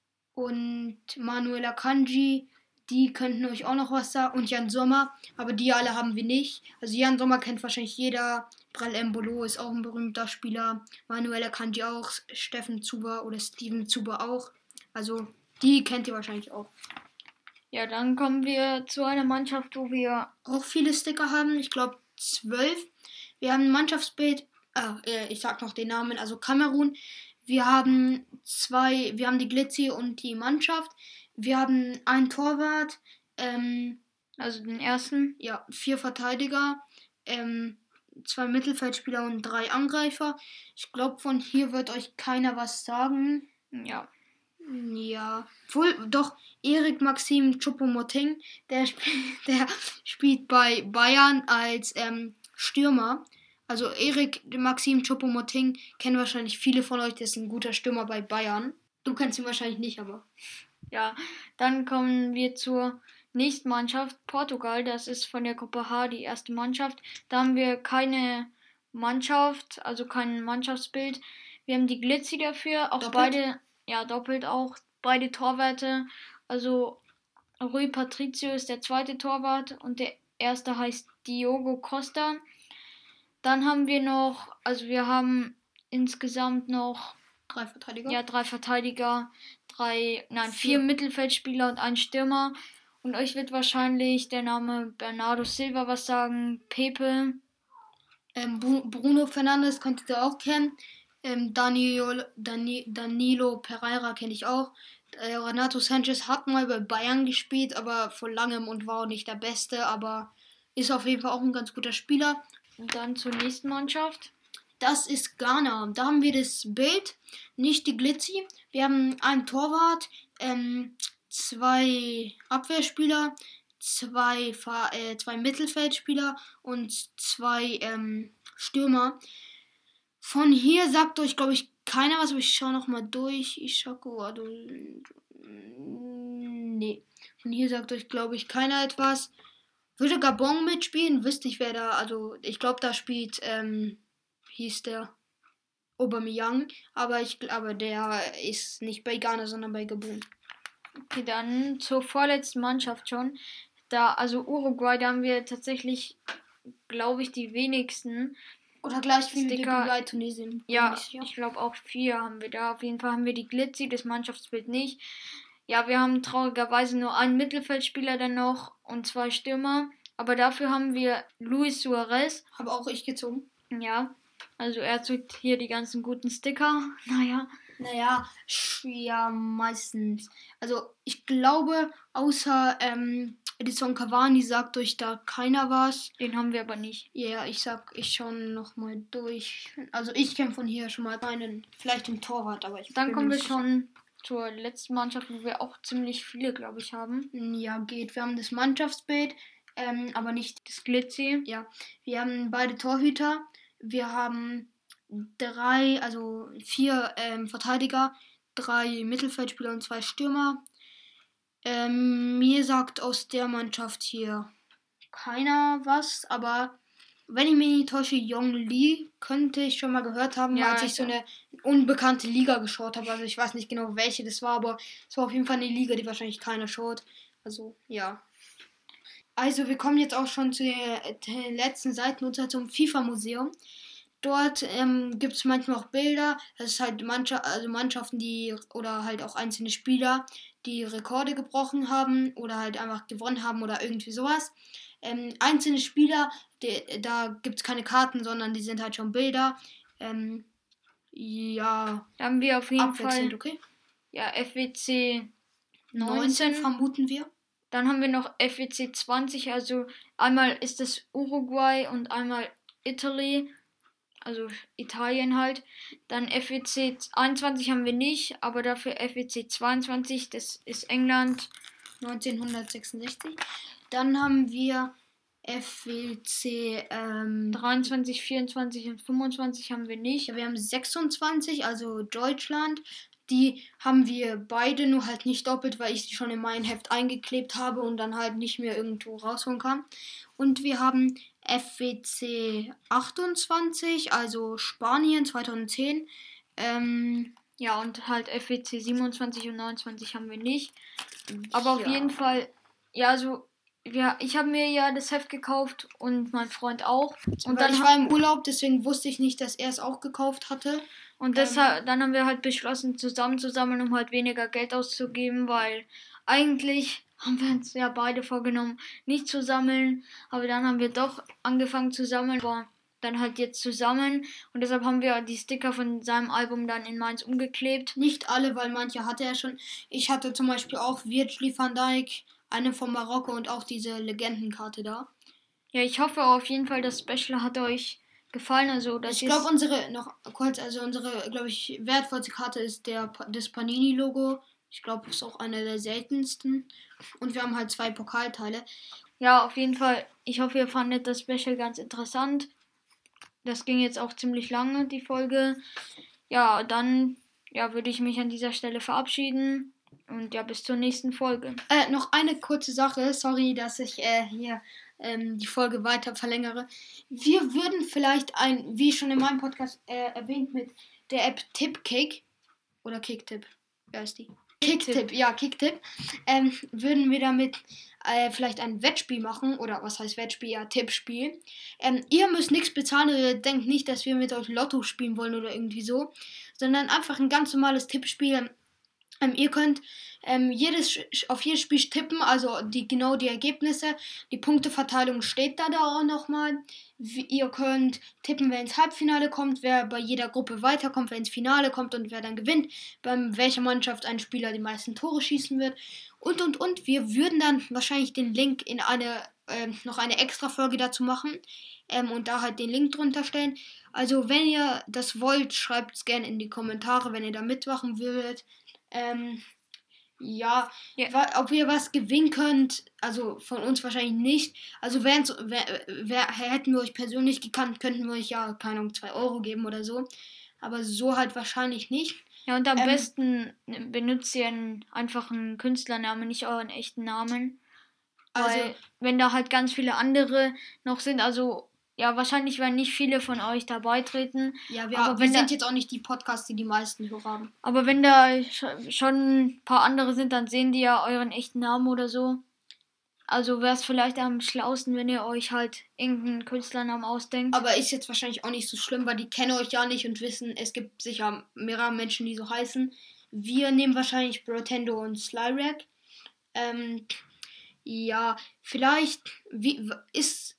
und Manuel Akanji, die könnten euch auch noch was sagen. Und Jan Sommer, aber die alle haben wir nicht. Also Jan Sommer kennt wahrscheinlich jeder. Brel Embolo ist auch ein berühmter Spieler. Manuel Akanji auch. Steffen Zuber oder Steven Zuber auch. Also die kennt ihr wahrscheinlich auch. Ja, dann kommen wir zu einer Mannschaft, wo wir auch viele Sticker haben. Ich glaube zwölf. Wir haben ein Mannschaftsbild. Äh, ich sag noch den Namen. Also Kamerun. Wir haben zwei. Wir haben die Glitzy und die Mannschaft. Wir haben einen Torwart. Ähm, also den ersten. Ja, vier Verteidiger. Ähm, zwei Mittelfeldspieler und drei Angreifer. Ich glaube, von hier wird euch keiner was sagen. Ja. Ja, wohl doch Erik Maxim Choupo-Moting, der, sp- der spielt bei Bayern als ähm, Stürmer. Also Erik Maxim Choupo-Moting kennen wahrscheinlich viele von euch, der ist ein guter Stürmer bei Bayern. Du kennst ihn wahrscheinlich nicht, aber... Ja, dann kommen wir zur nächsten Mannschaft, Portugal. Das ist von der Gruppe H die erste Mannschaft. Da haben wir keine Mannschaft, also kein Mannschaftsbild. Wir haben die Glitzy dafür, auch doppelt? beide... Ja, doppelt auch. Beide Torwarte. Also Rui Patricio ist der zweite Torwart und der erste heißt Diogo Costa. Dann haben wir noch, also wir haben insgesamt noch drei Verteidiger. Ja, drei Verteidiger, drei, nein, vier, vier Mittelfeldspieler und ein Stürmer. Und euch wird wahrscheinlich der Name Bernardo Silva was sagen. Pepe. Ähm, Bruno Fernandes könnt ihr auch kennen. Ähm, Danilo, Dani, Danilo Pereira kenne ich auch. Äh, Renato Sanchez hat mal bei Bayern gespielt, aber vor langem und war auch nicht der Beste, aber ist auf jeden Fall auch ein ganz guter Spieler. Und dann zur nächsten Mannschaft. Das ist Ghana. Da haben wir das Bild, nicht die Glitzy. Wir haben einen Torwart, ähm, zwei Abwehrspieler, zwei, äh, zwei Mittelfeldspieler und zwei ähm, Stürmer. Von hier sagt euch, glaube ich, keiner was, aber ich schaue nochmal durch. Ishako, also, nee. Von hier sagt euch, glaube ich, keiner etwas. Würde Gabon mitspielen, wüsste ich, wer da, also, ich glaube, da spielt, ähm, hieß der Aubameyang, aber ich glaube, der ist nicht bei Ghana, sondern bei Gabon. Okay, dann zur vorletzten Mannschaft schon. Da, also Uruguay, da haben wir tatsächlich, glaube ich, die wenigsten. Oder gleich wie Uruguay, Tunesien. Ja, ich, ja. ich glaube auch vier haben wir da. Auf jeden Fall haben wir die Glitzy, das Mannschaftsbild nicht. Ja, wir haben traurigerweise nur einen Mittelfeldspieler dann noch und zwei Stürmer. Aber dafür haben wir Luis Suarez. Habe auch ich gezogen. Ja, also er trägt hier die ganzen guten Sticker. Naja. Naja, ja, meistens. Also ich glaube, außer ähm, Edison Cavani sagt euch da keiner was. Den haben wir aber nicht. Ja, yeah, ich sag, ich schaue nochmal durch. Also ich kenne von hier schon mal einen, vielleicht den Torwart, aber ich Dann bin kommen wir nicht schon zur letzten Mannschaft, wo wir auch ziemlich viele, glaube ich, haben. Ja, geht. Wir haben das Mannschaftsbild, ähm, aber nicht das Glitzy. Ja, wir haben beide Torhüter. Wir haben drei, also vier ähm, Verteidiger, drei Mittelfeldspieler und zwei Stürmer. Ähm, mir sagt aus der Mannschaft hier keiner was, aber wenn ich mich nicht täusche, Yong Lee könnte ich schon mal gehört haben, ja, als ich so eine unbekannte Liga geschaut habe. Also ich weiß nicht genau, welche das war, aber es war auf jeden Fall eine Liga, die wahrscheinlich keiner schaut. Also, ja. Also wir kommen jetzt auch schon zu den letzten Seiten unter zum FIFA-Museum. Dort ähm, gibt es manchmal auch Bilder. Das ist halt Mannschaft, also Mannschaften, die oder halt auch einzelne Spieler, die Rekorde gebrochen haben oder halt einfach gewonnen haben oder irgendwie sowas. Ähm, einzelne Spieler, die, da gibt es keine Karten, sondern die sind halt schon Bilder. Ähm, ja. Da haben wir auf jeden Fall. Okay? Ja, F W C neunzehn, neunzehn vermuten wir. Dann haben wir noch F W C zwanzig, also einmal ist es Uruguay und einmal Italy, also Italien halt. Dann F W C einundzwanzig haben wir nicht, aber dafür F W C zweiundzwanzig, das ist England. neunzehnhundertsechsundsechzig. Dann haben wir F W C ähm, dreiundzwanzig, vierundzwanzig und fünfundzwanzig haben wir nicht. Ja, wir haben sechsundzwanzig, also Deutschland. Die haben wir beide, nur halt nicht doppelt, weil ich sie schon in mein Heft eingeklebt habe und dann halt nicht mehr irgendwo rausholen kann. Und wir haben F W C achtundzwanzig, also Spanien zweitausendzehn. Ähm, ja, und halt F W C siebenundzwanzig und neunundzwanzig haben wir nicht. Aber ja. Auf jeden Fall, ja, also ja, ich habe mir ja das Heft gekauft und mein Freund auch. Und dann ich war im Urlaub, deswegen wusste ich nicht, dass er es auch gekauft hatte. Und deshalb, ähm, dann haben wir halt beschlossen, zusammenzusammeln, um halt weniger Geld auszugeben, weil eigentlich haben wir uns ja beide vorgenommen, nicht zu sammeln. Aber dann haben wir doch angefangen zu sammeln, aber dann halt jetzt zusammen. Und deshalb haben wir die Sticker von seinem Album dann in meins umgeklebt. Nicht alle, weil manche hatte er schon. Ich hatte zum Beispiel auch Virgil van Dijk, eine von Marokko und auch diese Legendenkarte da. Ja, ich hoffe auf jeden Fall, das Special hat euch gefallen. Also, das ich glaube, unsere, noch kurz, also unsere, glaube ich, wertvollste Karte ist der, das Panini-Logo. Ich glaube, es ist auch eine der seltensten. Und wir haben halt zwei Pokalteile. Ja, auf jeden Fall. Ich hoffe, ihr fandet das Special ganz interessant. Das ging jetzt auch ziemlich lange, die Folge. Ja, dann ja, würde ich mich an dieser Stelle verabschieden. Und ja, bis zur nächsten Folge. Äh, noch eine kurze Sache. Sorry, dass ich äh, hier ähm, die Folge weiter verlängere. Wir würden vielleicht ein, wie schon in meinem Podcast äh, erwähnt, mit der App Tipkick oder Kicktip, wer ist die? Kicktip, ja, Kicktip, ähm, würden wir damit äh, vielleicht ein Wettspiel machen, oder was heißt Wettspiel, ja, Tippspiel. Ähm, ihr müsst nichts bezahlen, ihr denkt nicht, dass wir mit euch Lotto spielen wollen oder irgendwie so, sondern einfach ein ganz normales Tippspiel. Ähm, ihr könnt ähm, jedes, auf jedes Spiel tippen, also die, genau die Ergebnisse. Die Punkteverteilung steht da, da auch nochmal. Ihr könnt tippen, wer ins Halbfinale kommt, wer bei jeder Gruppe weiterkommt, wer ins Finale kommt und wer dann gewinnt, bei welcher Mannschaft ein Spieler die meisten Tore schießen wird. Und, und, und. Wir würden dann wahrscheinlich den Link in eine, ähm, noch eine extra Folge dazu machen ähm, und da halt den Link drunter stellen. Also wenn ihr das wollt, schreibt es gerne in die Kommentare, wenn ihr da mitmachen würdet. Ähm, ja, ja, ob ihr was gewinnen könnt, also von uns wahrscheinlich nicht. Also wär, wär, hätten wir euch persönlich gekannt, könnten wir euch ja, keine Ahnung, zwei Euro geben oder so. Aber so halt wahrscheinlich nicht. Ja, und am ähm, besten benutzt ihr einen einfachen Künstlernamen, nicht euren echten Namen. Also, weil, wenn da halt ganz viele andere noch sind, also ja, wahrscheinlich werden nicht viele von euch da beitreten. Ja, wir, aber wir sind da, jetzt auch nicht die Podcasts, die die meisten Hörer haben. Aber wenn da schon ein paar andere sind, dann sehen die ja euren echten Namen oder so. Also wäre es vielleicht am schlausten, wenn ihr euch halt irgendeinen Künstlernamen ausdenkt. Aber ist jetzt wahrscheinlich auch nicht so schlimm, weil die kennen euch ja nicht und wissen, es gibt sicher mehrere Menschen, die so heißen. Wir nehmen wahrscheinlich Brotendo und Slyrack. Ähm, ja, vielleicht wie, ist...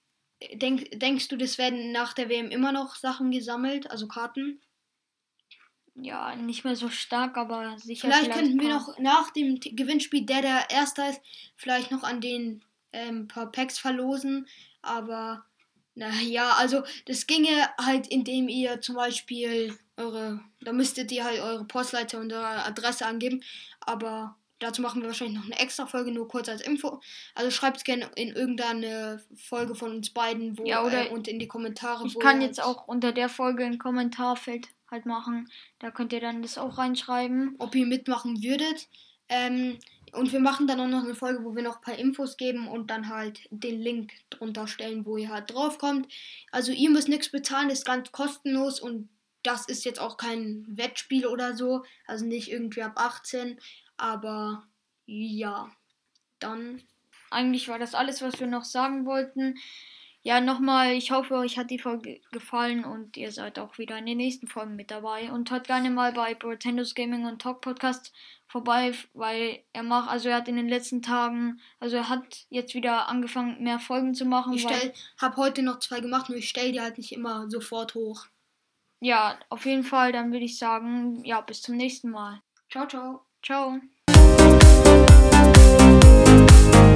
denk, denkst du, das werden nach der W M immer noch Sachen gesammelt, also Karten? Ja, nicht mehr so stark, aber sicher. Vielleicht könnten wir paar- noch nach dem T- Gewinnspiel, der der Erster ist, vielleicht noch an den ähm, paar Packs verlosen. Aber naja, also das ginge halt, indem ihr zum Beispiel eure, da müsstet ihr halt eure Postleitzahl und eure Adresse angeben. Aber dazu machen wir wahrscheinlich noch eine extra Folge, nur kurz als Info. Also schreibt es gerne in irgendeine Folge von uns beiden wo, Ja, oder äh, und in die Kommentare. Ich wo kann ihr jetzt halt, auch unter der Folge ein Kommentarfeld halt machen. Da könnt ihr dann das auch reinschreiben. ob ihr mitmachen würdet. Ähm, und wir machen dann auch noch eine Folge, wo wir noch ein paar Infos geben und dann halt den Link drunter stellen, wo ihr halt draufkommt. Also ihr müsst nichts bezahlen, ist ganz kostenlos und das ist jetzt auch kein Wettspiel oder so. Also nicht irgendwie ab achtzehn. Aber ja, dann Eigentlich war das alles, was wir noch sagen wollten. Ja, nochmal, ich hoffe, euch hat die Folge gefallen und ihr seid auch wieder in den nächsten Folgen mit dabei. Und hört gerne mal bei Brotendo's Gaming und Talk Podcast vorbei, weil er macht, also er hat in den letzten Tagen, also er hat jetzt wieder angefangen, mehr Folgen zu machen. ich weil, stell, hab heute noch zwei gemacht, nur ich stelle die halt nicht immer sofort hoch. Ja, auf jeden Fall, dann würde ich sagen, ja, bis zum nächsten Mal. Ciao, ciao. Ciao.